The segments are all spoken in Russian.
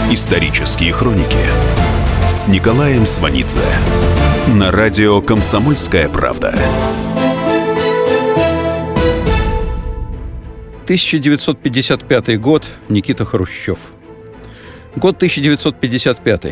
Исторические хроники с Николаем Сванидзе на радио «Комсомольская правда». 1955 год. Никита Хрущев. Год 1955.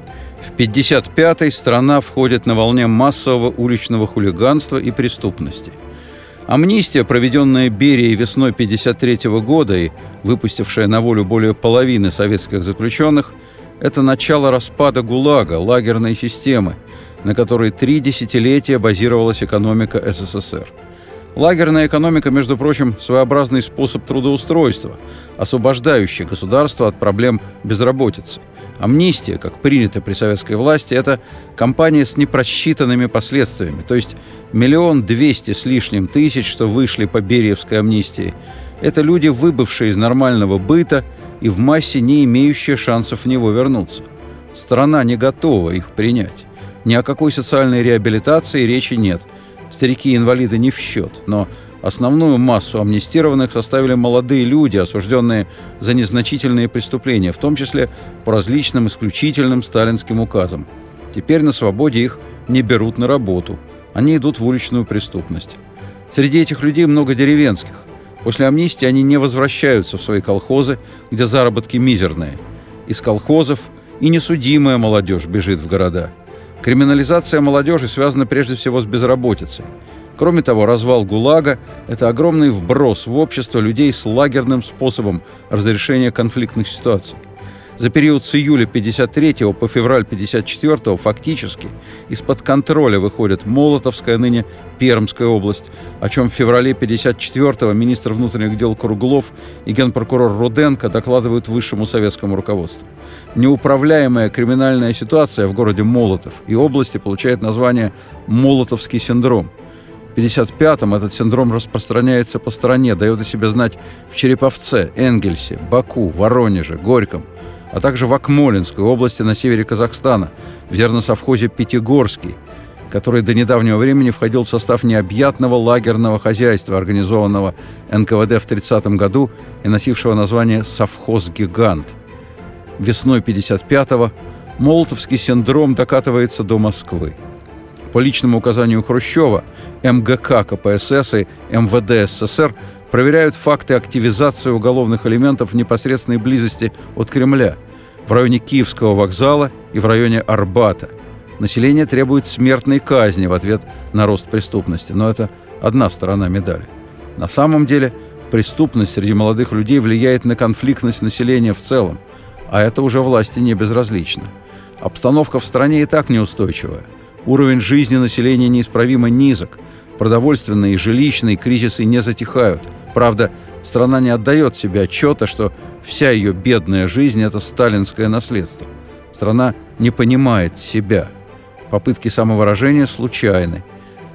В 1955-й страна входит на волне массового уличного хулиганства и преступности. Амнистия, проведенная Берией весной 1953 года и выпустившая на волю более половины советских заключенных, это начало распада ГУЛАГа, лагерной системы, на которой 3 десятилетия базировалась экономика СССР. Лагерная экономика, между прочим, своеобразный способ трудоустройства, освобождающий государство от проблем безработицы. Амнистия, как принято при советской власти, это кампания с непросчитанными последствиями, то есть 1 200 000 с лишним тысяч, что вышли по Бериевской амнистии. Это люди, выбывшие из нормального быта и в массе не имеющие шансов в него вернуться. Страна не готова их принять. Ни о какой социальной реабилитации речи нет. Старики и инвалиды не в счет, но основную массу амнистированных составили молодые люди, осужденные за незначительные преступления, в том числе по различным исключительным сталинским указам. Теперь на свободе их не берут на работу. Они идут в уличную преступность. Среди этих людей много деревенских. После амнистии они не возвращаются в свои колхозы, где заработки мизерные. Из колхозов и несудимая молодежь бежит в города. Криминализация молодежи связана прежде всего с безработицей. Кроме того, развал ГУЛАГа – это огромный вброс в общество людей с лагерным способом разрешения конфликтных ситуаций. За период с июля 1953 по февраль 1954 фактически из-под контроля выходит Молотовская, ныне Пермская область, о чем в феврале 1954 министр внутренних дел Круглов и генпрокурор Руденко докладывают высшему советскому руководству. Неуправляемая криминальная ситуация в городе Молотов и области получает название «Молотовский синдром». В 1955-м этот синдром распространяется по стране, дает о себе знать в Череповце, Энгельсе, Баку, Воронеже, Горьком, а также в Акмолинской области на севере Казахстана, в зерносовхозе Пятигорский, который до недавнего времени входил в состав необъятного лагерного хозяйства, организованного НКВД в 1930 году и носившего название «Совхоз-гигант». Весной 1955-го Молотовский синдром докатывается до Москвы. По личному указанию Хрущева МГК КПСС и МВД СССР проверяют факты активизации уголовных элементов в непосредственной близости от Кремля, в районе Киевского вокзала и в районе Арбата. Население требует смертной казни в ответ на рост преступности, но это одна сторона медали. На самом деле преступность среди молодых людей влияет на конфликтность населения в целом, а это уже власти не безразлично. Обстановка в стране и так неустойчивая. Уровень жизни населения неисправимо низок. Продовольственные и жилищные кризисы не затихают. Правда, страна не отдает себе отчета, что вся ее бедная жизнь – это сталинское наследство. Страна не понимает себя. Попытки самовыражения случайны.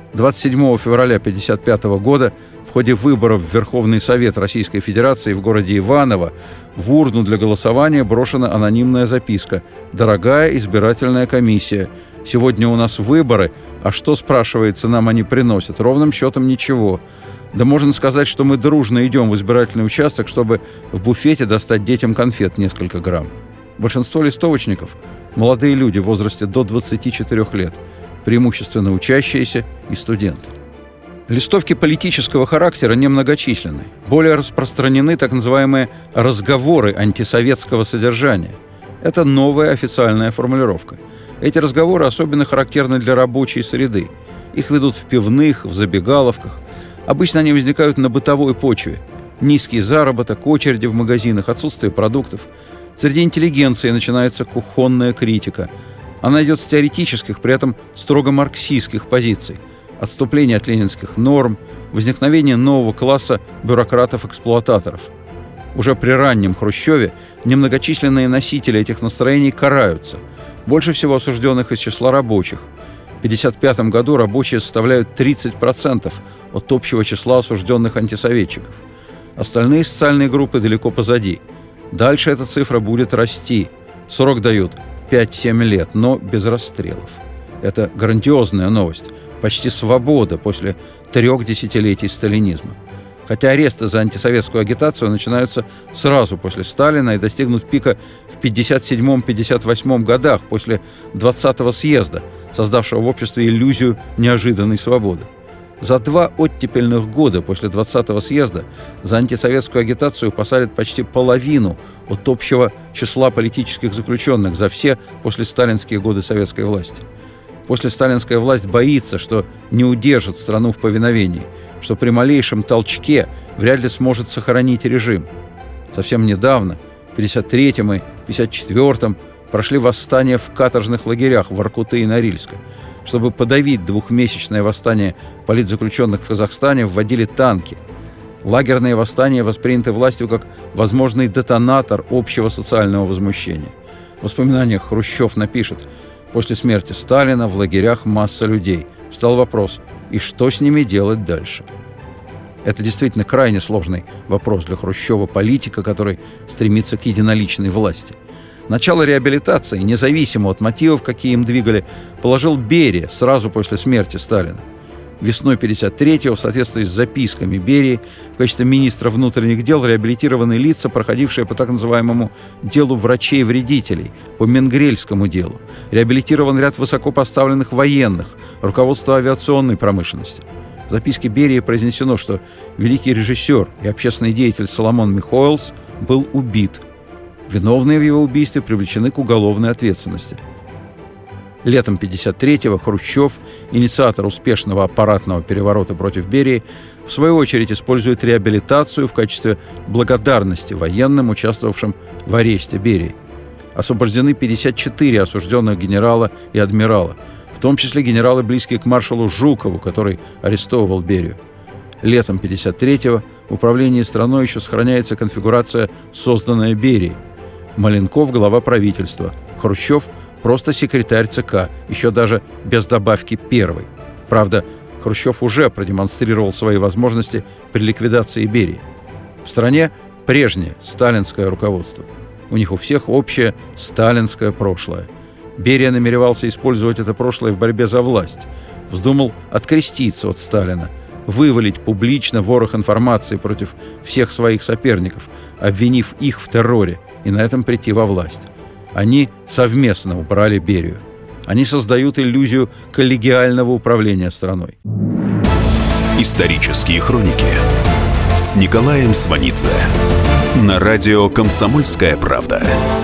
27 февраля 1955 года в ходе выборов в Верховный Совет Российской Федерации в городе Иваново в урну для голосования брошена анонимная записка: «Дорогая избирательная комиссия, сегодня у нас выборы, а что, спрашивается, нам они приносят? Ровным счетом ничего. Да можно сказать, что мы дружно идем в избирательный участок, чтобы в буфете достать детям конфет несколько грамм». Большинство листовочников – молодые люди в возрасте до 24 лет, преимущественно учащиеся и студенты. Листовки политического характера немногочисленны. Более распространены так называемые «разговоры антисоветского содержания». Это новая официальная формулировка. Эти разговоры особенно характерны для рабочей среды. Их ведут в пивных, в забегаловках. Обычно они возникают на бытовой почве. Низкий заработок, очереди в магазинах, отсутствие продуктов. Среди интеллигенции начинается кухонная критика. Она идет с теоретических, при этом строго марксистских позиций. Отступление от ленинских норм, возникновение нового класса бюрократов-эксплуататоров. Уже при раннем Хрущеве немногочисленные носители этих настроений караются. Больше всего осужденных из числа рабочих. В 1955 году рабочие составляют 30% от общего числа осужденных антисоветчиков. Остальные социальные группы далеко позади. Дальше эта цифра будет расти. Срок дают 5-7 лет, но без расстрелов. Это грандиозная новость. Почти свобода после 3 десятилетий сталинизма. Хотя аресты за антисоветскую агитацию начинаются сразу после Сталина и достигнут пика в 1957-1958 годах, после 20-го съезда, создавшего в обществе иллюзию неожиданной свободы. За 2 оттепельных года после 20-го съезда за антисоветскую агитацию посадят почти половину от общего числа политических заключенных за все послесталинские годы советской власти. Послесталинская власть боится, что не удержит страну в повиновении, что при малейшем толчке вряд ли сможет сохранить режим. Совсем недавно, в 1953-м и 1954-м, прошли восстания в каторжных лагерях в Воркуты и Норильске. Чтобы подавить 2-месячное восстание политзаключенных в Казахстане, вводили танки. Лагерные восстания восприняты властью как возможный детонатор общего социального возмущения. В воспоминаниях Хрущев напишет: «После смерти Сталина в лагерях масса людей. Встал вопрос, и что с ними делать дальше?» Это действительно крайне сложный вопрос для Хрущева, политика, который стремится к единоличной власти. Начало реабилитации, независимо от мотивов, какие им двигали, положил Берия сразу после смерти Сталина. Весной 1953-го, в соответствии с записками Берии, в качестве министра внутренних дел реабилитированы лица, проходившие по так называемому делу врачей-вредителей, по Менгрельскому делу. Реабилитирован ряд высокопоставленных военных, руководство авиационной промышленности. В записке Берии произнесено, что великий режиссер и общественный деятель Соломон Михоэлс был убит. Виновные в его убийстве привлечены к уголовной ответственности. Летом 1953-го Хрущев, инициатор успешного аппаратного переворота против Берии, в свою очередь использует реабилитацию в качестве благодарности военным, участвовавшим в аресте Берии. Освобождены 54 осужденных генерала и адмирала, в том числе генералы, близкие к маршалу Жукову, который арестовывал Берию. Летом 1953-го в управлении страной еще сохраняется конфигурация, созданная Берией. Маленков – глава правительства, Хрущев – просто секретарь ЦК, еще даже без добавки первой. Правда, Хрущев уже продемонстрировал свои возможности при ликвидации Берии. В стране прежнее сталинское руководство. У них у всех общее сталинское прошлое. Берия намеревался использовать это прошлое в борьбе за власть. Вздумал откреститься от Сталина, вывалить публично ворох информации против всех своих соперников, обвинив их в терроре, и на этом прийти во власть. Они совместно убрали Берию. Они создают иллюзию коллегиального управления страной. Исторические хроники с Николаем Сванидзе на радио «Комсомольская правда».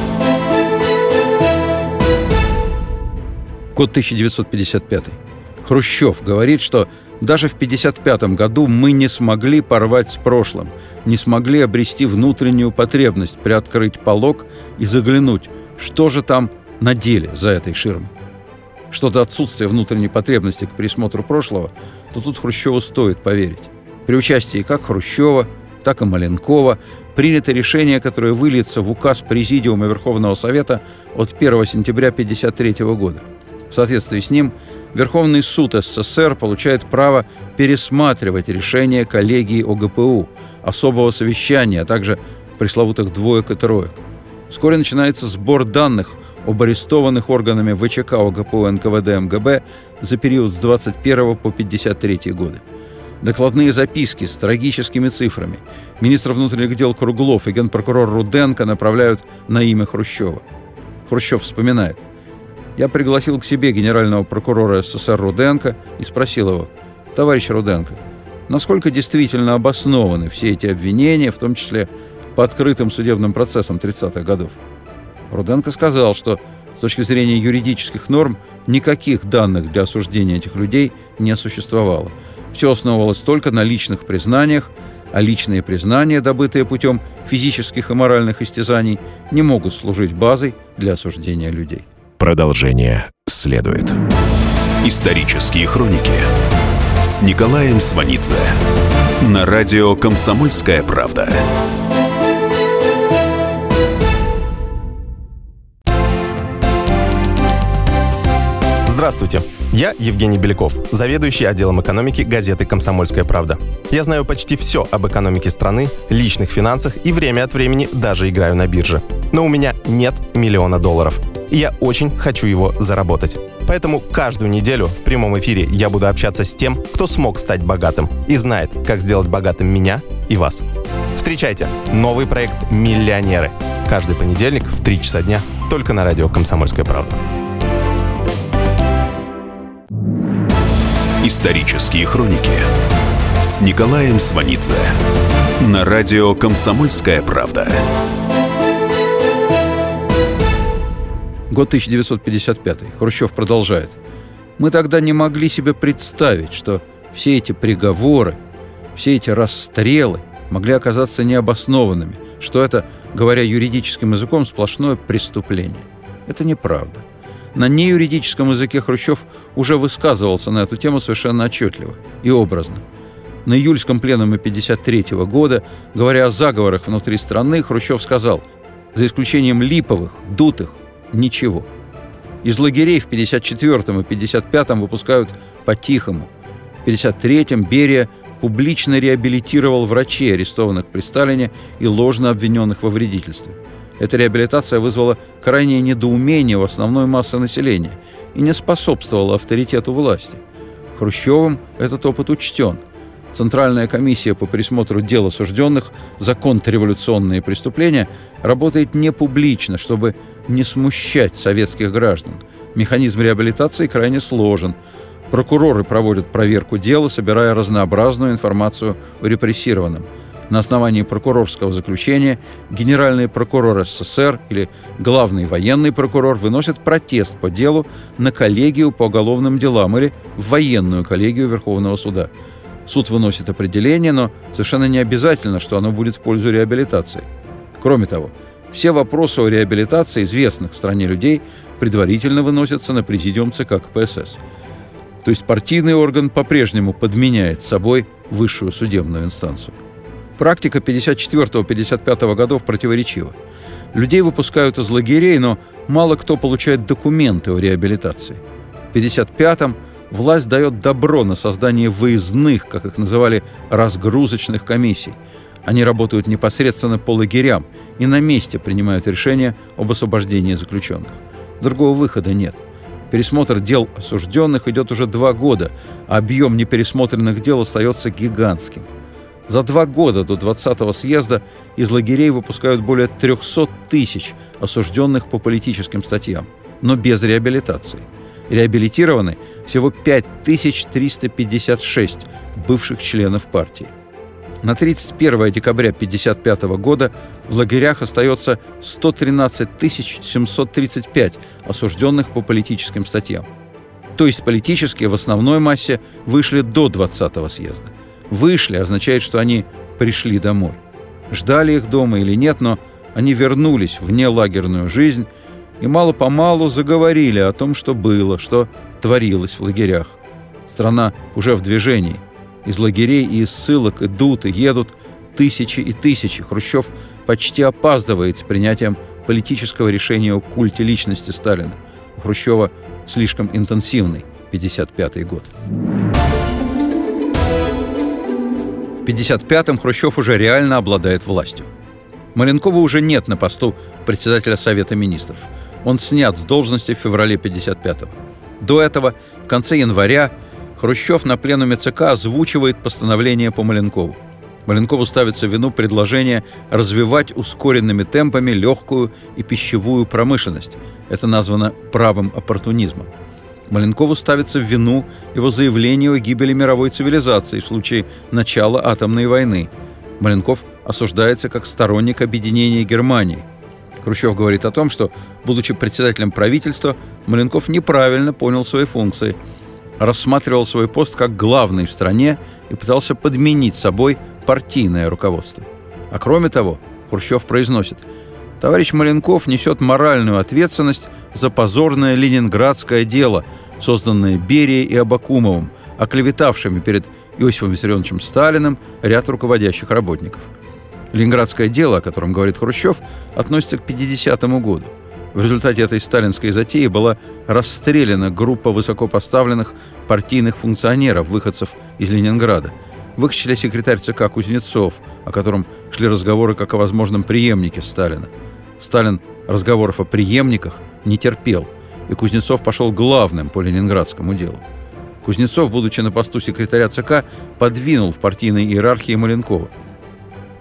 Год 1955. Хрущев говорит, что даже в 1955 году мы не смогли порвать с прошлым, не смогли обрести внутреннюю потребность приоткрыть полог и заглянуть, что же там на деле за этой ширмой. Что до отсутствия внутренней потребности к пересмотру прошлого, то тут Хрущеву стоит поверить. При участии как Хрущева, так и Маленкова принято решение, которое выльется в указ Президиума Верховного Совета от 1 сентября 1953 года. В соответствии с ним Верховный суд СССР получает право пересматривать решения коллегии ОГПУ, особого совещания, а также пресловутых двоек и троек. Вскоре начинается сбор данных об арестованных органами ВЧК ОГПУ НКВД МГБ за период с 21 по 53 годы. Докладные записки с трагическими цифрами министр внутренних дел Круглов и генпрокурор Руденко направляют на имя Хрущева. Хрущев вспоминает: «Я пригласил к себе генерального прокурора СССР Руденко и спросил его: товарищ Руденко, насколько действительно обоснованы все эти обвинения, в том числе по открытым судебным процессам 30-х годов?» Руденко сказал, что с точки зрения юридических норм никаких данных для осуждения этих людей не существовало. Все основывалось только на личных признаниях, а личные признания, добытые путем физических и моральных истязаний, не могут служить базой для осуждения людей. Продолжение следует. Исторические хроники с Николаем Сванидзе на радио «Комсомольская правда». Здравствуйте, я Евгений Беляков, заведующий отделом экономики газеты «Комсомольская правда». Я знаю почти все об экономике страны, личных финансах и время от времени даже играю на бирже. Но у меня нет $1 миллиона. И я очень хочу его заработать. Поэтому каждую неделю в прямом эфире я буду общаться с тем, кто смог стать богатым и знает, как сделать богатым меня и вас. Встречайте новый проект «Миллионеры». Каждый понедельник в 3 часа дня только на радио «Комсомольская правда». Исторические хроники с Николаем Сванидзе на радио «Комсомольская правда». Год 1955. Хрущев продолжает. «Мы тогда не могли себе представить, что все эти приговоры, все эти расстрелы могли оказаться необоснованными, что это, говоря юридическим языком, сплошное преступление. Это неправда. На неюридическом языке Хрущев уже высказывался на эту тему совершенно отчетливо и образно. На июльском пленуме 1953 года, говоря о заговорах внутри страны, Хрущев сказал: за исключением липовых, дутых, ничего. Из лагерей в 1954 и 1955 выпускают по-тихому. В 1953 Берия публично реабилитировал врачей, арестованных при Сталине и ложно обвиненных во вредительстве. Эта реабилитация вызвала крайнее недоумение у основной массы населения и не способствовала авторитету власти. Хрущевым этот опыт учтен. Центральная комиссия по пересмотру дел осужденных за контрреволюционные преступления работает не публично, чтобы не смущать советских граждан. Механизм реабилитации крайне сложен. Прокуроры проводят проверку дела, собирая разнообразную информацию о репрессированном. На основании прокурорского заключения генеральный прокурор СССР или главный военный прокурор выносят протест по делу на коллегию по уголовным делам или в военную коллегию Верховного суда. Суд выносит определение, но совершенно не обязательно, что оно будет в пользу реабилитации. Кроме того, все вопросы о реабилитации известных в стране людей предварительно выносятся на президиум ЦК КПСС. То есть партийный орган по-прежнему подменяет собой высшую судебную инстанцию. Практика 1954-1955 годов противоречива. Людей выпускают из лагерей, но мало кто получает документы о реабилитации. В 1955-м власть дает добро на создание выездных, как их называли, разгрузочных комиссий. Они работают непосредственно по лагерям и на месте принимают решения об освобождении заключенных. Другого выхода нет. Пересмотр дел осужденных идет уже 2 года, а объем непересмотренных дел остается гигантским. За 2 года до 20-го съезда из лагерей выпускают более 300 тысяч осужденных по политическим статьям, но без реабилитации. Реабилитированы всего 5356 бывших членов партии. На 31 декабря 1955 года в лагерях остается 113 735 осужденных по политическим статьям. То есть политические в основной массе вышли до 20-го съезда. «Вышли» означает, что они пришли домой. Ждали их дома или нет, но они вернулись в нелагерную жизнь и мало-помалу заговорили о том, что было, что творилось в лагерях. Страна уже в движении. Из лагерей и из ссылок идут и едут тысячи и тысячи. Хрущев почти опаздывает с принятием политического решения о культе личности Сталина. У Хрущева слишком интенсивный 1955 год. В 1955-м Хрущев уже реально обладает властью. Маленкова уже нет на посту председателя Совета министров. Он снят с должности в феврале 1955-го. До этого, в конце января, Хрущев на пленуме ЦК озвучивает постановление по Маленкову. Маленкову ставится в вину предложение развивать ускоренными темпами легкую и пищевую промышленность. Это названо правым оппортунизмом. Маленкову ставится в вину его заявление о гибели мировой цивилизации в случае начала атомной войны. Маленков осуждается как сторонник объединения Германии. Хрущев говорит о том, что, будучи председателем правительства, Маленков неправильно понял свои функции, рассматривал свой пост как главный в стране и пытался подменить собой партийное руководство. А кроме того, Хрущев произносит: «Товарищ Маленков несет моральную ответственность за позорное ленинградское дело, созданное Берией и Абакумовым, оклеветавшими перед Иосифом Виссарионовичем Сталиным ряд руководящих работников». Ленинградское дело, о котором говорит Хрущев, относится к 1950 году. В результате этой сталинской затеи была расстреляна группа высокопоставленных партийных функционеров, выходцев из Ленинграда. В их числе секретарь ЦК Кузнецов, о котором шли разговоры как о возможном преемнике Сталина. Сталин разговоров о преемниках не терпел, и Кузнецов пошел главным по ленинградскому делу. Кузнецов, будучи на посту секретаря ЦК, подвинул в партийной иерархии Маленкова.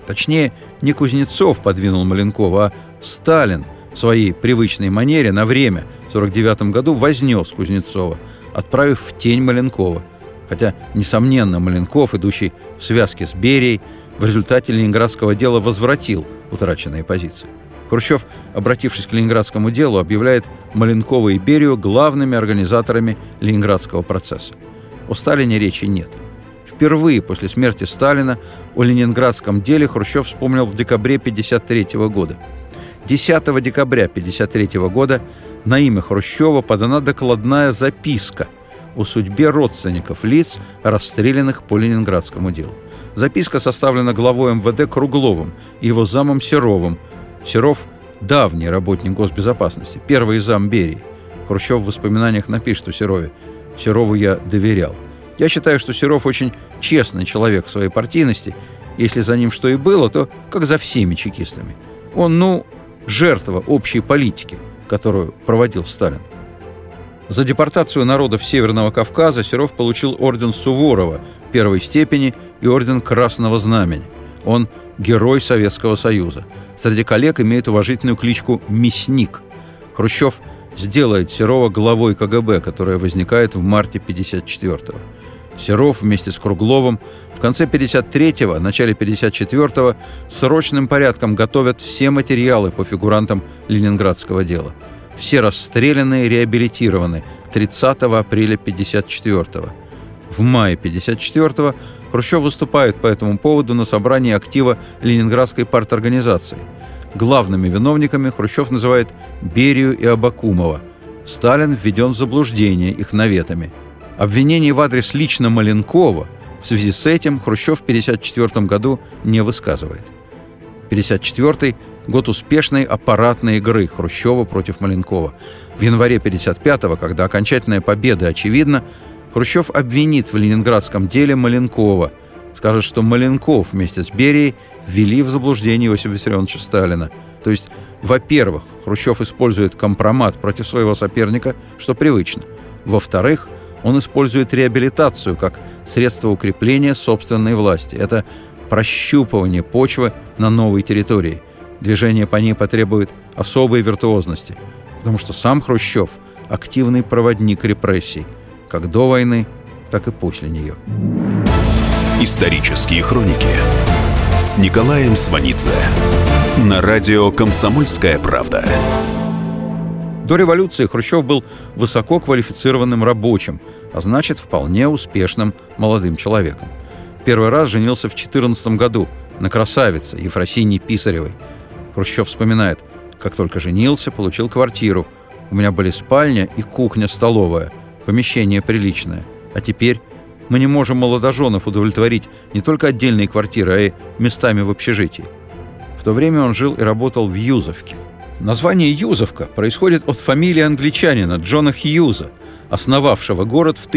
Точнее, не Кузнецов подвинул Маленкова, а Сталин в своей привычной манере на время в 1949 году вознес Кузнецова, отправив в тень Маленкова. Хотя, несомненно, Маленков, идущий в связке с Берией, в результате ленинградского дела возвратил утраченные позиции. Хрущев, обратившись к ленинградскому делу, объявляет Маленкова и Берию главными организаторами ленинградского процесса. О Сталине речи нет. Впервые после смерти Сталина о ленинградском деле Хрущев вспомнил в декабре 1953 года. 10 декабря 1953 года на имя Хрущева подана докладная записка о судьбе родственников лиц, расстрелянных по ленинградскому делу. Записка составлена главой МВД Кругловым и его замом Серовым. Серов – давний работник госбезопасности, первый зам Берии. Хрущев в воспоминаниях напишет о Серове: «Серову я доверял». Я считаю, что Серов очень честный человек в своей партийности. Если за ним что и было, то как за всеми чекистами. Он, жертва общей политики, которую проводил Сталин. За депортацию народов Северного Кавказа Серов получил орден Суворова первой степени и орден Красного Знамени. Он герой Советского Союза. Среди коллег имеет уважительную кличку «Мясник». Хрущев сделает Серова главой КГБ, которая возникает в марте 1954-го. Серов вместе с Кругловым в конце 1953-го, начале 1954-го срочным порядком готовят все материалы по фигурантам ленинградского дела. Все расстрелянные реабилитированы 30 апреля 1954-го. В мае 1954-го Хрущев выступает по этому поводу на собрании актива Ленинградской парторганизации. Главными виновниками Хрущев называет Берию и Абакумова. Сталин введен в заблуждение их наветами. Обвинений в адрес лично Маленкова в связи с этим Хрущев в 1954 году не высказывает. 1954 – год успешной аппаратной игры Хрущева против Маленкова. В январе 1955-го, когда окончательная победа очевидна, Хрущев обвинит в ленинградском деле Маленкова. Скажет, что Маленков вместе с Берией ввели в заблуждение Иосифа Виссарионовича Сталина. То есть, во-первых, Хрущев использует компромат против своего соперника, что привычно. Во-вторых, он использует реабилитацию как средство укрепления собственной власти. Это прощупывание почвы на новой территории. Движение по ней потребует особой виртуозности, потому что сам Хрущев – активный проводник репрессий, как до войны, так и после нее. Исторические хроники с Николаем Сванидзе на радио «Комсомольская правда». До революции Хрущев был высококвалифицированным рабочим, а значит, вполне успешным молодым человеком. Первый раз женился в 2014 году на красавице Ефросинье Писаревой. Хрущев вспоминает: «Как только женился, получил квартиру. У меня были спальня и кухня-столовая. Помещение приличное. А теперь мы не можем молодоженов удовлетворить не только отдельной квартирой, а и местами в общежитии». В то время он жил и работал в Юзовке. Название Юзовка происходит от фамилии англичанина Джона Хьюза, основавшего город в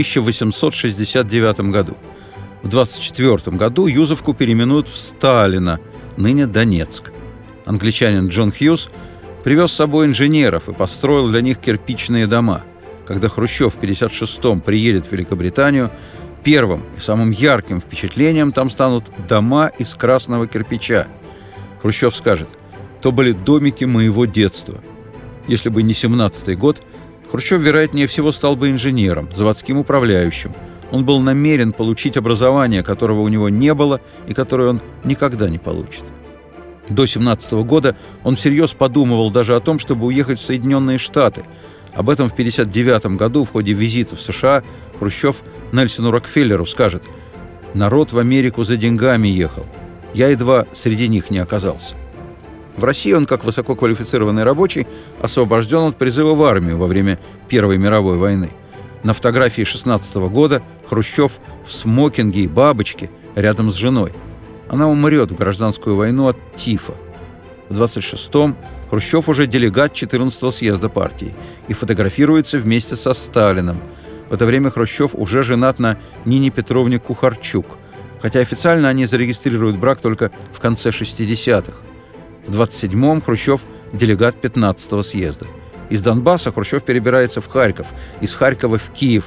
1869 году. В 1924 году Юзовку переименуют в Сталина, ныне Донецк. Англичанин Джон Хьюз привез с собой инженеров и построил для них кирпичные дома. Когда Хрущев в 1956-м приедет в Великобританию, первым и самым ярким впечатлением там станут дома из красного кирпича. Хрущев скажет: «То были домики моего детства». Если бы не 1917 год, Хрущев, вероятнее всего, стал бы инженером, заводским управляющим. Он был намерен получить образование, которого у него не было и которое он никогда не получит. До 1917 года он всерьез подумывал даже о том, чтобы уехать в Соединенные Штаты. Об этом в 1959 году в ходе визита в США Хрущев Нельсону Рокфеллеру скажет: «Народ в Америку за деньгами ехал. Я едва среди них не оказался». В России он, как высококвалифицированный рабочий, освобожден от призыва в армию во время Первой мировой войны. На фотографии 1916 года Хрущев в смокинге и бабочке рядом с женой. Она умрет в гражданскую войну от тифа. В 1926-м Хрущев уже делегат 14-го съезда партии и фотографируется вместе со Сталиным. В это время Хрущев уже женат на Нине Петровне Кухарчук, хотя официально они зарегистрируют брак только в конце 60-х. В 1927-м Хрущев делегат 15-го съезда. Из Донбасса Хрущев перебирается в Харьков, из Харькова в Киев,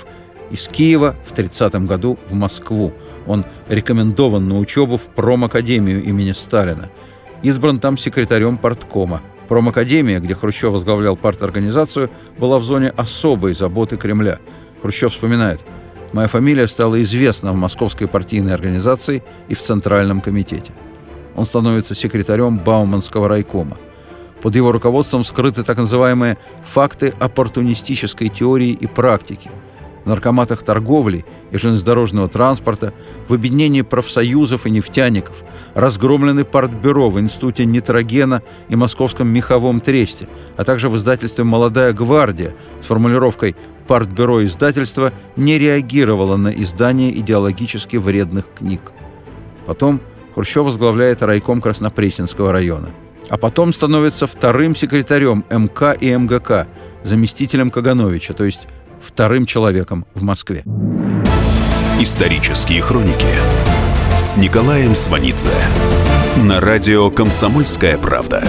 Из Киева в 30 году в Москву. Он рекомендован на учебу в промакадемию имени Сталина. Избран там секретарем парткома. Промакадемия, где Хрущев возглавлял парторганизацию, была в зоне особой заботы Кремля. Хрущев вспоминает: «Моя фамилия стала известна в Московской партийной организации и в Центральном комитете». Он становится секретарем Бауманского райкома. Под его руководством скрыты так называемые «факты оппортунистической теории и практики». В наркоматах торговли и железнодорожного транспорта, в объединении профсоюзов и нефтяников, разгромлены партбюро в Институте Нитрогена и Московском меховом тресте, а также в издательстве «Молодая гвардия» с формулировкой «Партбюро издательства не реагировало на издание идеологически вредных книг». Потом Хрущев возглавляет райком Краснопресненского района. А потом становится вторым секретарем МК и МГК, заместителем Кагановича, то есть вторым человеком в Москве. Исторические хроники с Николаем Сванидзе на радио «Комсомольская правда».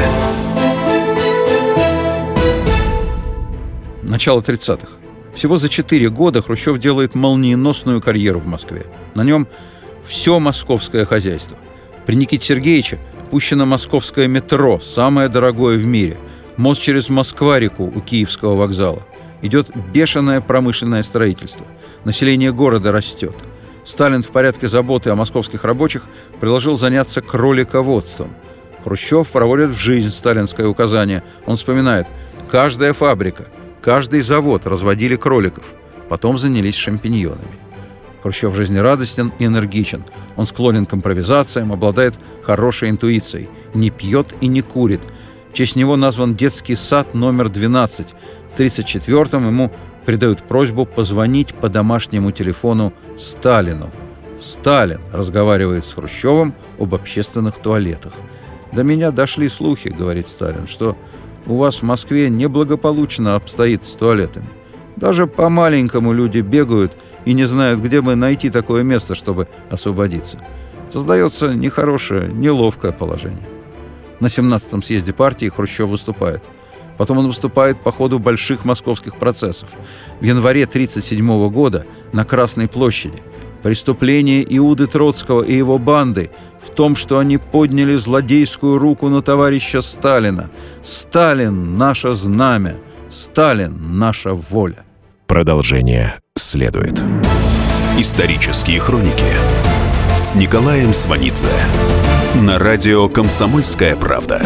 Начало 30-х. Всего за 4 года Хрущев делает молниеносную карьеру в Москве. На нем все московское хозяйство. При Никите Сергеевиче пущено московское метро, самое дорогое в мире, мост через Москва-реку у Киевского вокзала. Идет бешеное промышленное строительство. Население города растет. Сталин в порядке заботы о московских рабочих предложил заняться кролиководством. Хрущев проводит в жизнь сталинское указание. Он вспоминает: каждая фабрика, каждый завод разводили кроликов. Потом занялись шампиньонами. Хрущев жизнерадостен и энергичен. Он склонен к импровизациям, обладает хорошей интуицией. Не пьет и не курит. В честь него назван детский сад номер 12. В 1934-м ему придают просьбу позвонить по домашнему телефону Сталину. Сталин разговаривает с Хрущевым об общественных туалетах. «До меня дошли слухи, — говорит Сталин, — что у вас в Москве неблагополучно обстоит с туалетами. Даже по-маленькому люди бегают и не знают, где бы найти такое место, чтобы освободиться. Создается нехорошее, неловкое положение». На 17-м съезде партии Хрущев выступает. Потом он выступает по ходу больших московских процессов. В январе 1937 года на Красной площади преступление Иуды Троцкого и его банды в том, что они подняли злодейскую руку на товарища Сталина. Сталин – наше знамя, Сталин – наша воля. Продолжение следует. Исторические хроники с Николаем Сванидзе на радио «Комсомольская правда».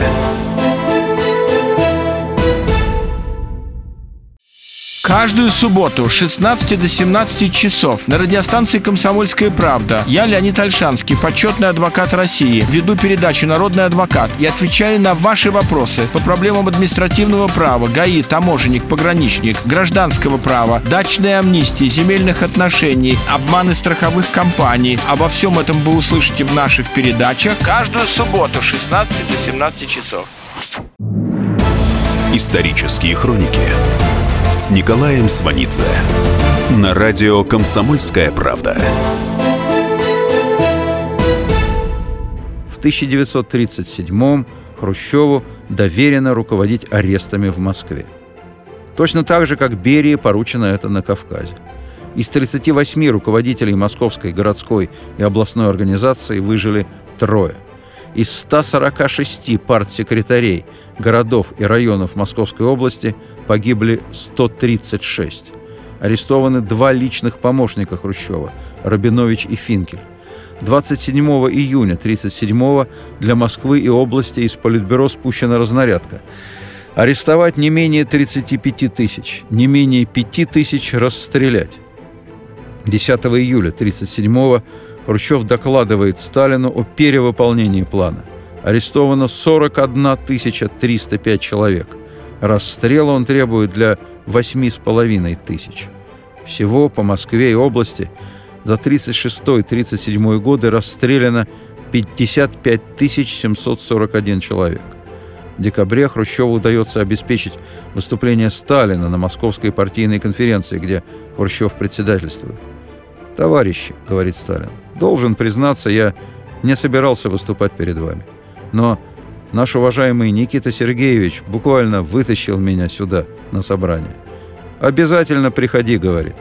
Каждую субботу с 16 до 17 часов на радиостанции «Комсомольская правда» я, Леонид Ольшанский, почетный адвокат России, веду передачу «Народный адвокат» и отвечаю на ваши вопросы по проблемам административного права, ГАИ, таможенник, пограничник, гражданского права, дачной амнистии, земельных отношений, обманы страховых компаний. Обо всем этом вы услышите в наших передачах каждую субботу с 16 до 17 часов. Исторические хроники с Николаем Сванидзе на радио «Комсомольская правда». В 1937-м Хрущеву доверено руководить арестами в Москве. Точно так же, как Берии поручено это на Кавказе. Из 38 руководителей Московской городской и областной организации выжили 3. Из 146 партсекретарей городов и районов Московской области погибли 136. Арестованы 2 личных помощника Хрущева – Рабинович и Финкель. 27 июня 1937 для Москвы и области из Политбюро спущена разнарядка. Арестовать не менее 35 тысяч, не менее 5 тысяч расстрелять. 10 июля 1937 Хрущев докладывает Сталину о перевыполнении плана. Арестовано 41 305 человек. Расстрела он требует для 8,5 тысяч. Всего по Москве и области за 1936-1937 годы расстреляно 55 741 человек. В декабре Хрущеву удается обеспечить выступление Сталина на Московской партийной конференции, где Хрущев председательствует. «Товарищи, — говорит Сталин, — должен признаться, я не собирался выступать перед вами. Но наш уважаемый Никита Сергеевич буквально вытащил меня сюда, на собрание. Обязательно приходи, — говорит.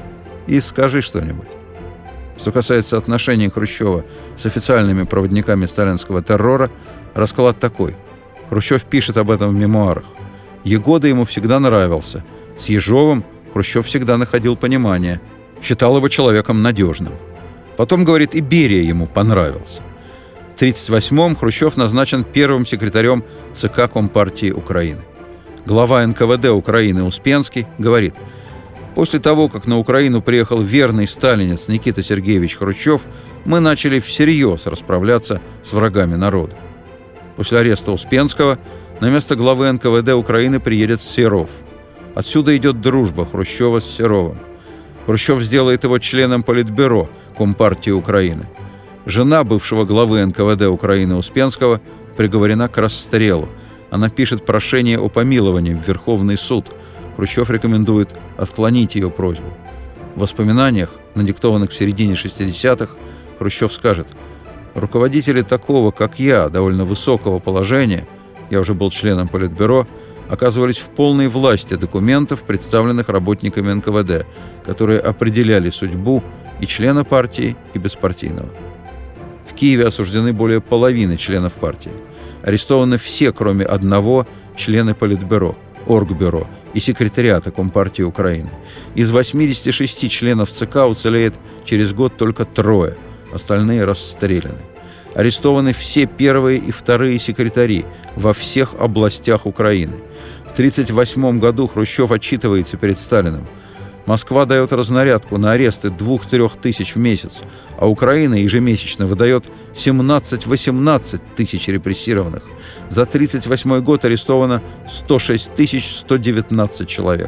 и скажи что-нибудь. Что касается отношений Хрущева с официальными проводниками сталинского террора, расклад такой. Хрущев пишет об этом в мемуарах. Егода ему всегда нравился. С Ежовым Хрущев всегда находил понимание. Считал его человеком надежным. Потом, говорит, и Берия ему понравился. В 1938-м Хрущев назначен первым секретарем ЦК Компартии Украины. Глава НКВД Украины Успенский говорит: «После того, как на Украину приехал верный сталинец Никита Сергеевич Хрущев, мы начали всерьез расправляться с врагами народа». После ареста Успенского на место главы НКВД Украины приедет Серов. Отсюда идет дружба Хрущева с Серовым. Хрущев сделает его членом Политбюро Компартии Украины. Жена бывшего главы НКВД Украины Успенского приговорена к расстрелу. Она пишет прошение о помиловании в Верховный суд. Хрущев рекомендует отклонить ее просьбу. В воспоминаниях, надиктованных в середине 60-х, Хрущев скажет: «Руководители такого, как я, довольно высокого положения, я уже был членом Политбюро, оказывались в полной власти документов, представленных работниками НКВД, которые определяли судьбу и члена партии, и беспартийного». В Киеве осуждены более половины членов партии. Арестованы все, кроме одного, члены Политбюро, Оргбюро и секретариата Компартии Украины. Из 86 членов ЦК уцелеет через год только 3, остальные расстреляны. Арестованы все первые и вторые секретари во всех областях Украины. В 1938 году Хрущев отчитывается перед Сталиным. Москва дает разнарядку на аресты 2-3 тысяч в месяц, а Украина ежемесячно выдает 17-18 тысяч репрессированных. За 1938 год арестовано 106 119 человек.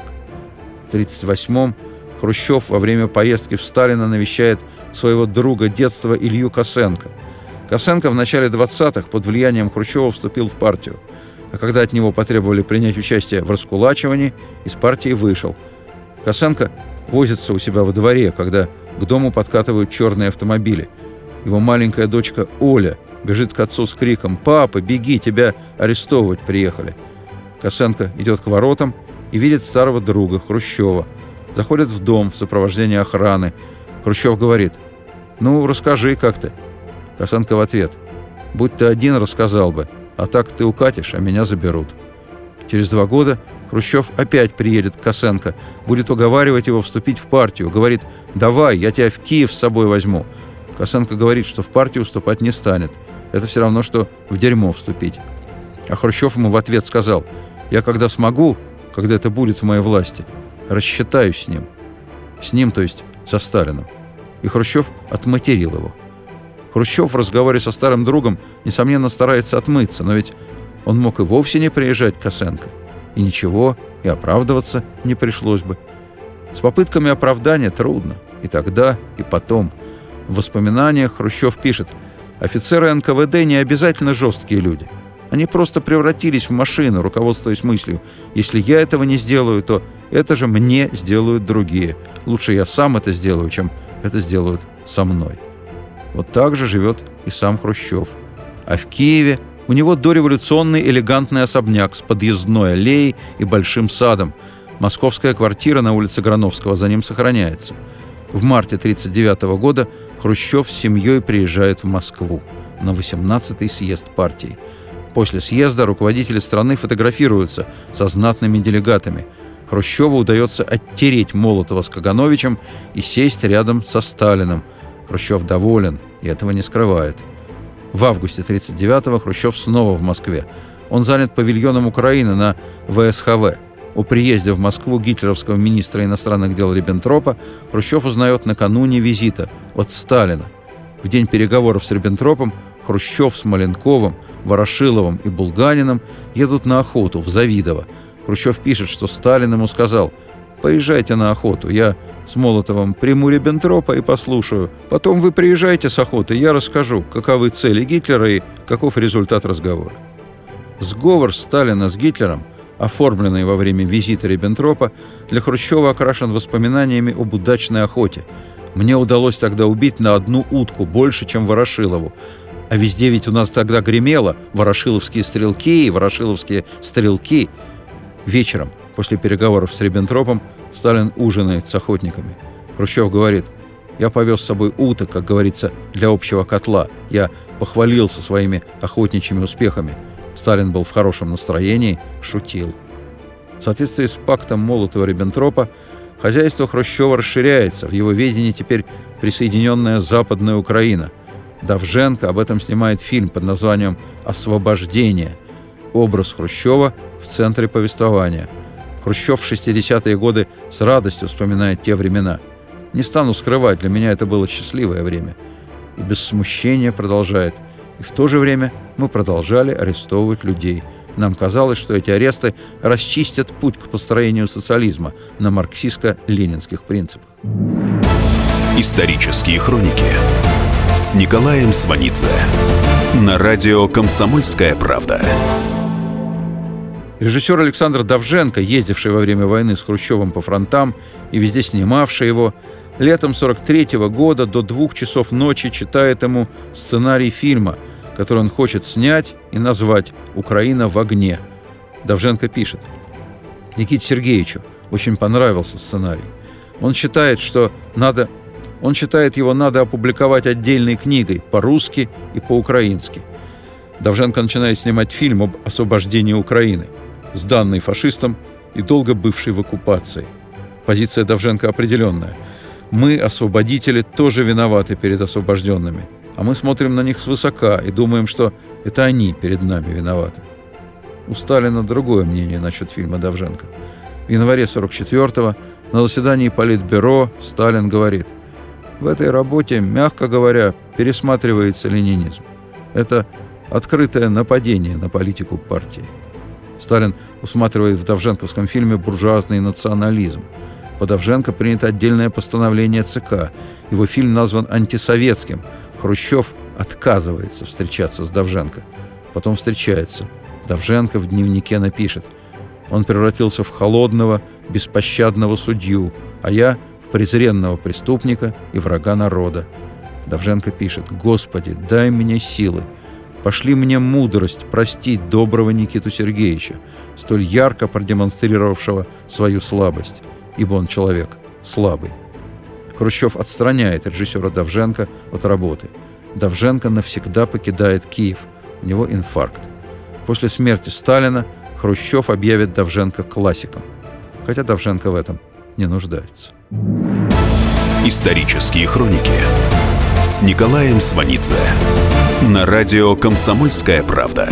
В 1938-м Хрущев во время поездки в Сталина навещает своего друга детства Илью Косенко. Косенко в начале 20-х под влиянием Хрущева вступил в партию, а когда от него потребовали принять участие в раскулачивании, из партии вышел. Косенко возится у себя во дворе, когда к дому подкатывают черные автомобили. Его маленькая дочка Оля бежит к отцу с криком: «Папа, беги, тебя арестовывать приехали». Косенко идет к воротам и видит старого друга Хрущева. Заходит в дом в сопровождении охраны. Хрущев говорит: «Ну, расскажи, как ты». Косенко в ответ: «Будь ты один, рассказал бы, а так ты укатишь, а меня заберут». Через 2 года Хрущев опять приедет к Косенко, будет уговаривать его вступить в партию. Говорит: «Давай, я тебя в Киев с собой возьму». Косенко говорит, что в партию вступать не станет. Это все равно, что в дерьмо вступить. А Хрущев ему в ответ сказал: «Я когда смогу, когда это будет в моей власти, рассчитаюсь с ним». С ним, то есть со Сталиным. И Хрущев отматерил его. Хрущев в разговоре со старым другом, несомненно, старается отмыться, но ведь он мог и вовсе не приезжать к Косенко. И ничего, и оправдываться не пришлось бы. С попытками оправдания трудно. И тогда, и потом. В воспоминаниях Хрущев пишет: «Офицеры НКВД не обязательно жесткие люди. Они просто превратились в машину, руководствуясь мыслью: если я этого не сделаю, то это же мне сделают другие. Лучше я сам это сделаю, чем это сделают со мной». Вот так же живет и сам Хрущев. А в Киеве у него дореволюционный элегантный особняк с подъездной аллеей и большим садом. Московская квартира на улице Грановского за ним сохраняется. В марте 1939 года Хрущев с семьей приезжает в Москву на 18-й съезд партии. После съезда руководители страны фотографируются со знатными делегатами. Хрущеву удается оттереть Молотова с Кагановичем и сесть рядом со Сталиным. Хрущев доволен и этого не скрывает. В августе 1939-го Хрущев снова в Москве. Он занят павильоном Украины на ВСХВ. О приезде в Москву гитлеровского министра иностранных дел Риббентропа Хрущев узнает накануне визита от Сталина. В день переговоров с Риббентропом Хрущев с Маленковым, Ворошиловым и Булганиным едут на охоту в Завидово. Хрущев пишет, что Сталин ему сказал: «Поезжайте на охоту, я с Молотовым приму Риббентропа и послушаю. Потом вы приезжайте с охоты, я расскажу, каковы цели Гитлера и каков результат разговора». Сговор Сталина с Гитлером, оформленный во время визита Риббентропа, для Хрущева окрашен воспоминаниями об удачной охоте. «Мне удалось тогда убить на 1 утку больше, чем Ворошилову. А везде ведь у нас тогда гремело ворошиловские стрелки и ворошиловские стрелки». Вечером, после переговоров с Риббентропом, Сталин ужинает с охотниками. Хрущев говорит: «Я повез с собой уток, как говорится, для общего котла. Я похвалился своими охотничьими успехами». Сталин был в хорошем настроении, шутил. В соответствии с пактом Молотова-Риббентропа хозяйство Хрущева расширяется. В его ведении теперь присоединенная Западная Украина. Давженко об этом снимает фильм под названием «Освобождение». Образ Хрущева в центре повествования. Хрущев в 60-е годы с радостью вспоминает те времена. «Не стану скрывать, для меня это было счастливое время». И без смущения продолжает: «И в то же время мы продолжали арестовывать людей. Нам казалось, что эти аресты расчистят путь к построению социализма на марксистско-ленинских принципах». Исторические хроники с Николаем Сванидзе на радио «Комсомольская правда». Режиссер Александр Давженко, ездивший во время войны с Хрущевым по фронтам и везде снимавший его, летом 1943 года до 2 часов ночи читает ему сценарий фильма, который он хочет снять и назвать «Украина в огне». Давженко пишет: Никите Сергеевичу очень понравился сценарий. Он считает его надо опубликовать отдельной книгой по-русски и по-украински. Давженко начинает снимать фильм об освобождении Украины, сданной фашистам и долго бывшей в оккупации. Позиция Давженко определенная. Мы, освободители, тоже виноваты перед освобожденными, а мы смотрим на них свысока и думаем, что это они перед нами виноваты. У Сталина другое мнение насчет фильма Давженко. В январе 1944-го на заседании Политбюро Сталин говорит: «В этой работе, мягко говоря, пересматривается ленинизм. Это открытое нападение на политику партии». Сталин усматривает в давженковском фильме буржуазный национализм. По Давженко принято отдельное постановление ЦК. Его фильм назван антисоветским. Хрущев отказывается встречаться с Давженко. Потом встречается. Давженко в дневнике напишет: «Он превратился в холодного, беспощадного судью, а я в презренного преступника и врага народа». Давженко пишет: «Господи, дай мне силы. Пошли мне мудрость простить доброго Никиту Сергеевича, столь ярко продемонстрировавшего свою слабость, ибо он человек слабый». Хрущев отстраняет режиссера Давженко от работы. Давженко навсегда покидает Киев. У него инфаркт. После смерти Сталина Хрущев объявит Давженко классиком, хотя Давженко в этом не нуждается. Исторические хроники с Николаем Сванидзе на радио «Комсомольская правда».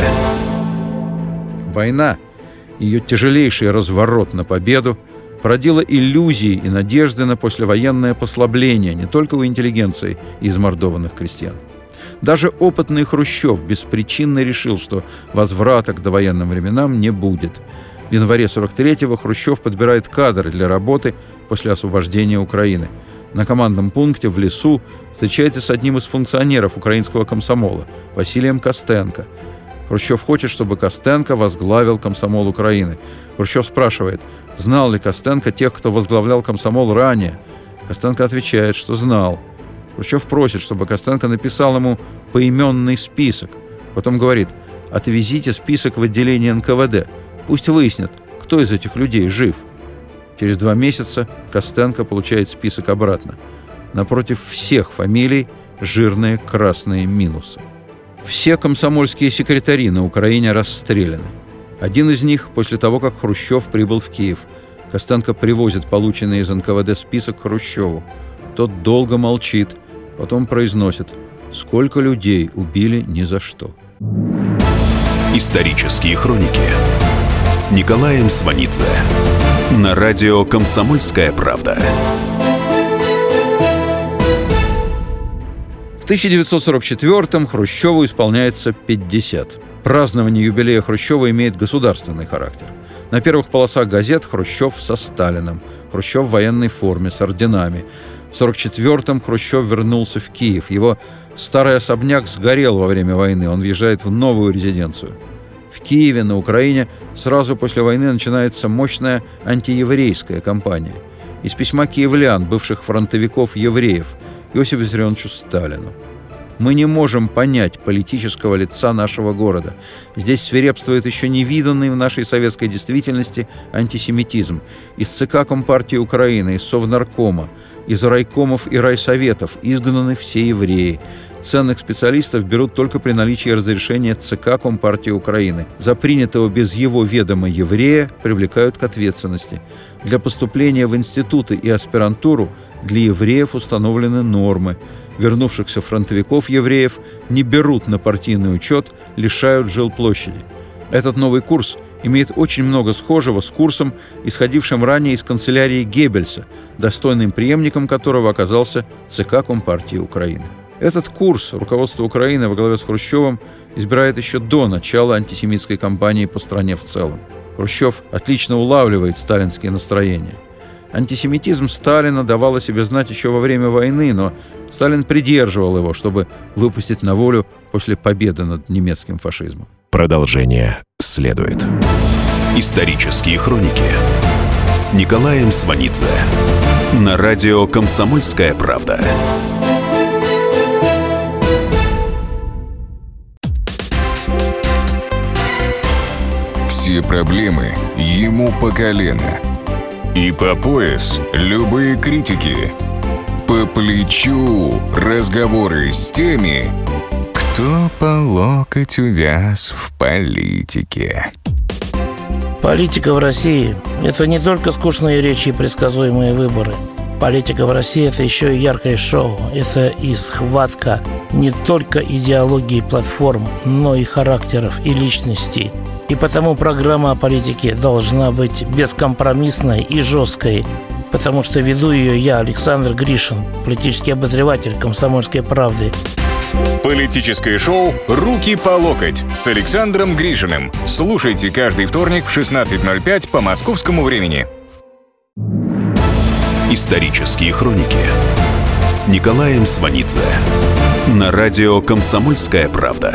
Война, ее тяжелейший разворот на победу, породила иллюзии и надежды на послевоенное послабление не только у интеллигенции и измордованных крестьян. Даже опытный Хрущев беспричинно решил, что возврата к довоенным временам не будет. В январе 1943-го Хрущев подбирает кадры для работы после освобождения Украины. На командном пункте в лесу встречается с одним из функционеров украинского комсомола, Василием Костенко. Хрущев хочет, чтобы Костенко возглавил комсомол Украины. Хрущев спрашивает, знал ли Костенко тех, кто возглавлял комсомол ранее. Костенко отвечает, что знал. Хрущев просит, чтобы Костенко написал ему поименный список. Потом говорит: отвезите список в отделение НКВД. Пусть выяснят, кто из этих людей жив. Через 2 месяца Костенко получает список обратно. Напротив всех фамилий жирные красные минусы. Все комсомольские секретари на Украине расстреляны. Один из них после того, как Хрущев прибыл в Киев. Костенко привозит полученный из НКВД список Хрущеву. Тот долго молчит, потом произносит: сколько людей убили ни за что. Исторические хроники с Николаем Сванидзе на радио «Комсомольская правда». В 1944-м Хрущеву исполняется 50. Празднование юбилея Хрущева имеет государственный характер. На первых полосах газет Хрущев со Сталиным, Хрущев в военной форме, с орденами. В 1944-м Хрущев вернулся в Киев. Его старый особняк сгорел во время войны, он въезжает в новую резиденцию. В Киеве, на Украине, сразу после войны начинается мощная антиеврейская кампания. Из письма киевлян, бывших фронтовиков-евреев, Иосифу Виссарионовичу Сталину. Мы не можем понять политического лица нашего города. Здесь свирепствует еще невиданный в нашей советской действительности антисемитизм. Из ЦК Компартии Украины, из Совнаркома, из райкомов и райсоветов изгнаны все евреи. Ценных специалистов берут только при наличии разрешения ЦК Компартии Украины. За принятого без его ведома еврея привлекают к ответственности. Для поступления в институты и аспирантуру для евреев установлены нормы. Вернувшихся фронтовиков евреев не берут на партийный учет, лишают жилплощади. Этот новый курс имеет очень много схожего с курсом, исходившим ранее из канцелярии Геббельса, достойным преемником которого оказался ЦК Компартии Украины. Этот курс руководство Украины во главе с Хрущевым избирает еще до начала антисемитской кампании по стране в целом. Хрущев отлично улавливает сталинские настроения. Антисемитизм Сталина давал о себе знать еще во время войны, но Сталин придерживал его, чтобы выпустить на волю после победы над немецким фашизмом. Продолжение следует. Исторические хроники с Николаем Сванидзе на радио «Комсомольская правда». Все проблемы ему по колено. И по пояс любые критики. По плечу разговоры с теми, кто по локоть увяз в политике. Политика в России – это не только скучные речи и предсказуемые выборы. Политика в России – это еще и яркое шоу. Это и схватка не только идеологии платформ, но и характеров и личностей. И потому программа о политике должна быть бескомпромиссной и жесткой, потому что веду ее я, Александр Гришин, политический обозреватель «Комсомольской правды». Политическое шоу «Руки по локоть» с Александром Гришиным. Слушайте каждый вторник в 16:05 по московскому времени. Исторические хроники с Николаем Сванидзе на радио «Комсомольская правда».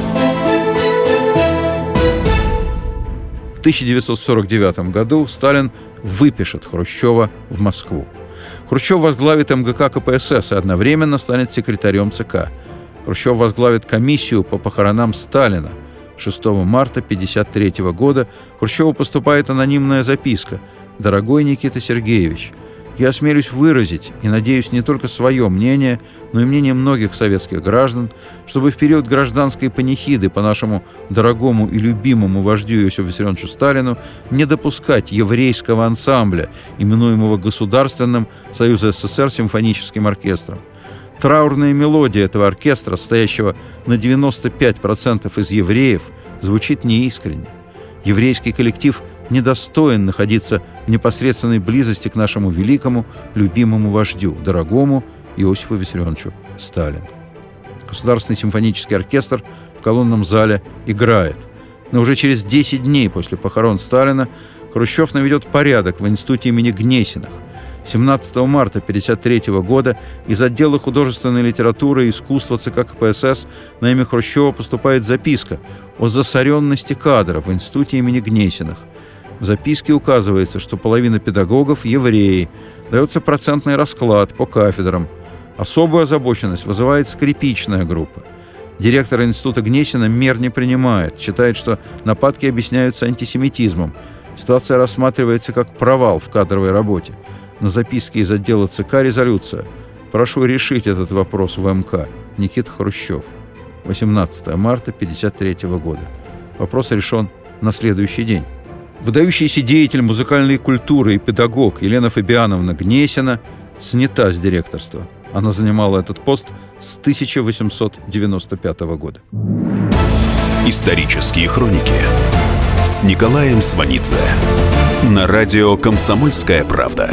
В 1949 году Сталин выпишет Хрущева в Москву. Хрущев возглавит МГК КПСС и одновременно станет секретарем ЦК. Хрущев возглавит комиссию по похоронам Сталина. 6 марта 1953 года Хрущеву поступает анонимная записка: «Дорогой Никита Сергеевич, я осмелюсь выразить, и надеюсь, не только свое мнение, но и мнение многих советских граждан, чтобы в период гражданской панихиды по нашему дорогому и любимому вождю Иосифу Виссарионовичу Сталину не допускать еврейского ансамбля, именуемого Государственным Союза СССР симфоническим оркестром. Траурная мелодия этого оркестра, состоящего на 95% из евреев, звучит неискренне. Еврейский коллектив недостоин находиться в непосредственной близости к нашему великому, любимому вождю, дорогому Иосифу Виссарионовичу Сталину». Государственный симфонический оркестр в колонном зале играет. Но уже через 10 дней после похорон Сталина Хрущев наведет порядок в институте имени Гнесиных. 17 марта 1953 года из отдела художественной литературы и искусства ЦК КПСС на имя Хрущева поступает записка о засоренности кадров в институте имени Гнесиных. В записке указывается, что половина педагогов – евреи, дается процентный расклад по кафедрам. Особую озабоченность вызывает скрипичная группа. Директор института Гнесина мер не принимает, считает, что нападки объясняются антисемитизмом. Ситуация рассматривается как провал в кадровой работе. На записке из отдела ЦК резолюция: «Прошу решить этот вопрос в МК. Никита Хрущев». 18 марта 1953 года. Вопрос решен на следующий день. Выдающийся деятель музыкальной культуры и педагог Елена Фабиановна Гнесина снята с директорства. Она занимала этот пост с 1895 года. Исторические хроники с Николаем Сванидзе на радио «Комсомольская правда».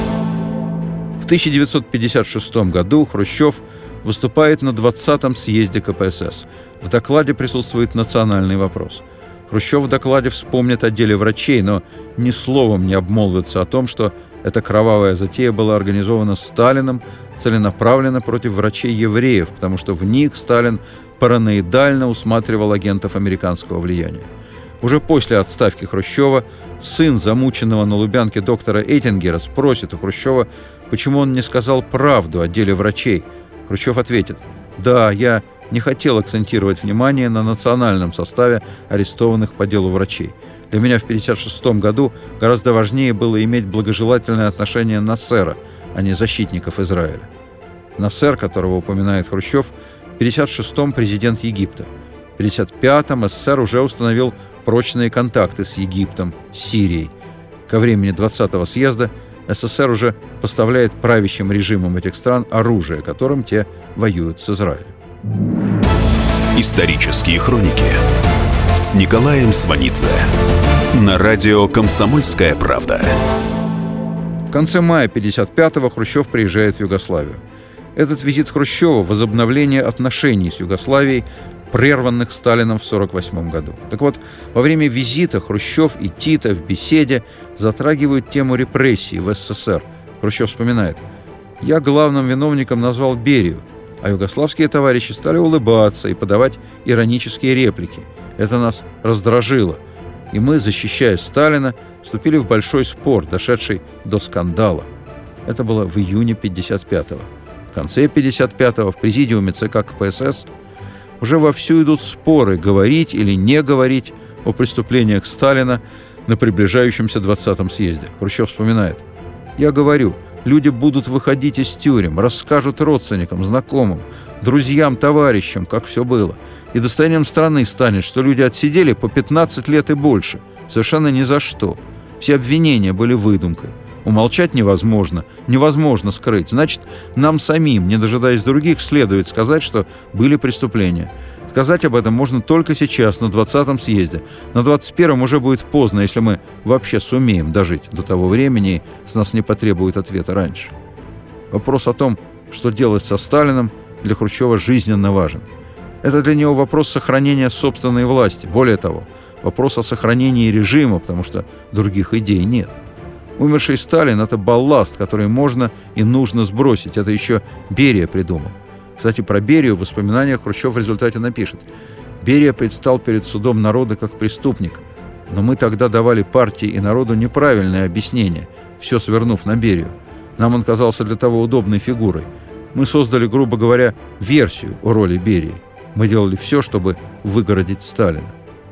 В 1956 году Хрущев выступает на 20-м съезде КПСС. В докладе присутствует национальный вопрос. Хрущев в докладе вспомнит о деле врачей, но ни словом не обмолвится о том, что эта кровавая затея была организована Сталиным целенаправленно против врачей-евреев, потому что в них Сталин параноидально усматривал агентов американского влияния. Уже после отставки Хрущева сын замученного на Лубянке доктора Эттингера спросит у Хрущева, почему он не сказал правду о деле врачей. Хрущев ответит: Да, я не хотел акцентировать внимание на национальном составе арестованных по делу врачей. Для меня в 1956 году гораздо важнее было иметь благожелательное отношение Нассера, а не защитников Израиля. Нассер, которого упоминает Хрущев, в 1956-м президент Египта. В 1955-м СССР уже установил прочные контакты с Египтом, с Сирией. Ко времени 20-го съезда СССР уже поставляет правящим режимам этих стран оружие, которым те воюют с Израилем. Исторические хроники с Николаем Сванидзе на радио «Комсомольская правда». В конце мая 1955-го Хрущев приезжает в Югославию. Этот визит Хрущева – возобновление отношений с Югославией, прерванных Сталином в 1948 году. Так вот, во время визита Хрущев и Тита в беседе затрагивают тему репрессий в СССР. Хрущев вспоминает: «Я главным виновником назвал Берию, а югославские товарищи стали улыбаться и подавать иронические реплики. Это нас раздражило. И мы, защищая Сталина, вступили в большой спор, дошедший до скандала». Это было в июне 1955-го. В конце 1955-го в президиуме ЦК КПСС уже вовсю идут споры, говорить или не говорить о преступлениях Сталина на приближающемся 20-м съезде. Хрущев вспоминает: «Я говорю, люди будут выходить из тюрем, расскажут родственникам, знакомым, друзьям, товарищам, как все было. И достоянием страны станет, что люди отсидели по 15 лет и больше, совершенно ни за что. Все обвинения были выдумкой. Умолчать невозможно, невозможно скрыть. Значит, нам самим, не дожидаясь других, следует сказать, что были преступления. Сказать об этом можно только сейчас, на 20-м съезде. На 21-м уже будет поздно, если мы вообще сумеем дожить до того времени, и с нас не потребуют ответа раньше». Вопрос о том, что делать со Сталиным, для Хрущева жизненно важен. Это для него вопрос сохранения собственной власти. Более того, вопрос о сохранении режима, потому что других идей нет. Умерший Сталин – это балласт, который можно и нужно сбросить. Это еще Берия придумал. Кстати, про Берию в воспоминаниях Хрущев в результате напишет: «Берия предстал перед судом народа как преступник, но мы тогда давали партии и народу неправильное объяснение, все свернув на Берию. Нам он казался для того удобной фигурой. Мы создали, грубо говоря, версию о роли Берии. Мы делали все, чтобы выгородить Сталина».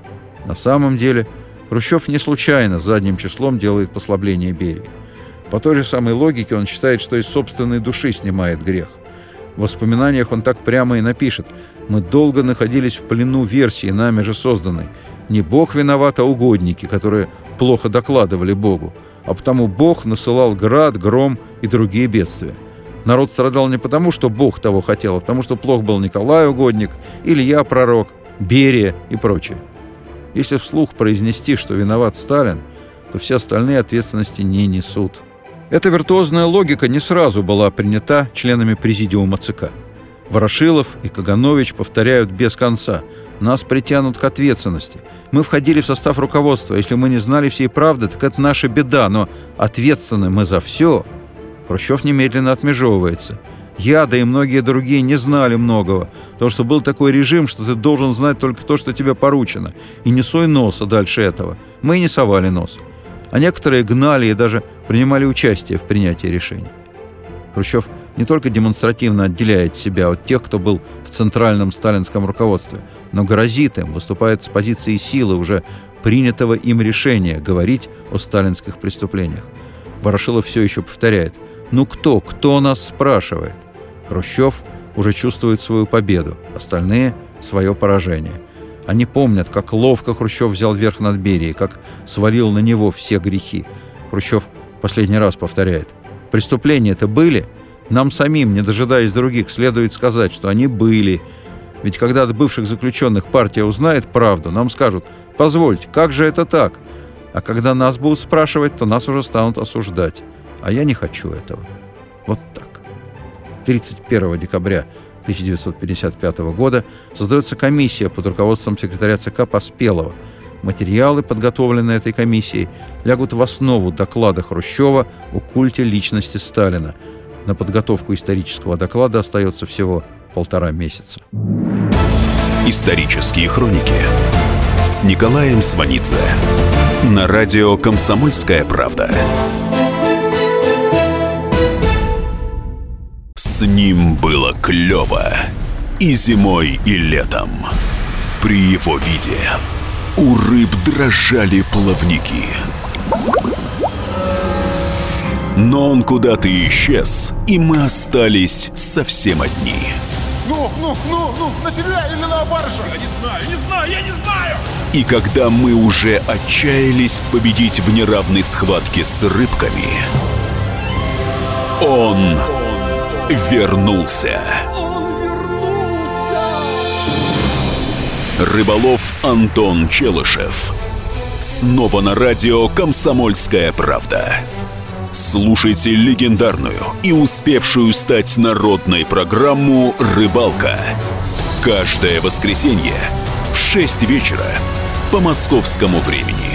На самом деле Хрущев не случайно задним числом делает послабление Берии. По той же самой логике он считает, что из собственной души снимает грех. В воспоминаниях он так прямо и напишет: «Мы долго находились в плену версии, нами же созданной. Не Бог виноват, а угодники, которые плохо докладывали Богу. А потому Бог насылал град, гром и другие бедствия. Народ страдал не потому, что Бог того хотел, а потому, что плох был Николай угодник, Илья пророк, Берия и прочее». Если вслух произнести, что виноват Сталин, то все остальные ответственности не несут. Эта виртуозная логика не сразу была принята членами президиума ЦК. Ворошилов и Каганович повторяют без конца: «Нас притянут к ответственности. Мы входили в состав руководства. Если мы не знали всей правды, так это наша беда, но ответственны мы за все». Хрущев немедленно отмежевывается: «Я, да и многие другие, не знали многого, потому что был такой режим, что ты должен знать только то, что тебе поручено, и не суй носа дальше этого. Мы и не совали нос». А некоторые гнали и даже принимали участие в принятии решений. Хрущев не только демонстративно отделяет себя от тех, кто был в центральном сталинском руководстве, но грозит им, выступает с позиции силы уже принятого им решения говорить о сталинских преступлениях. Ворошилов все еще повторяет: «Ну кто нас спрашивает?» Хрущев уже чувствует свою победу, остальные – свое поражение. Они помнят, как ловко Хрущев взял верх над Берией, как свалил на него все грехи. Хрущев последний раз повторяет: «Преступления-то были? Нам самим, не дожидаясь других, следует сказать, что они были. Ведь когда от бывших заключенных партия узнает правду, нам скажут: позвольте, как же это так? А когда нас будут спрашивать, то нас уже станут осуждать. А я не хочу этого». Вот так. 31 декабря 1955 года создается комиссия под руководством секретаря ЦК Поспелова. Материалы, подготовленные этой комиссией, лягут в основу доклада Хрущева о культе личности Сталина. На подготовку исторического доклада остается всего 1,5 месяца. Исторические хроники с Николаем Сванидзе на радио «Комсомольская правда». С ним было клево. и зимой, и летом. При его виде у рыб дрожали плавники. Но он куда-то исчез, и мы остались совсем одни. Ну, на себя или на баржу? Я не знаю! И когда мы уже отчаялись победить в неравной схватке с рыбками, он вернулся. Рыболов Антон Челышев. Снова на радио «Комсомольская правда». Слушайте легендарную и успевшую стать народной программу «Рыбалка». Каждое воскресенье в 6 вечера по московскому времени.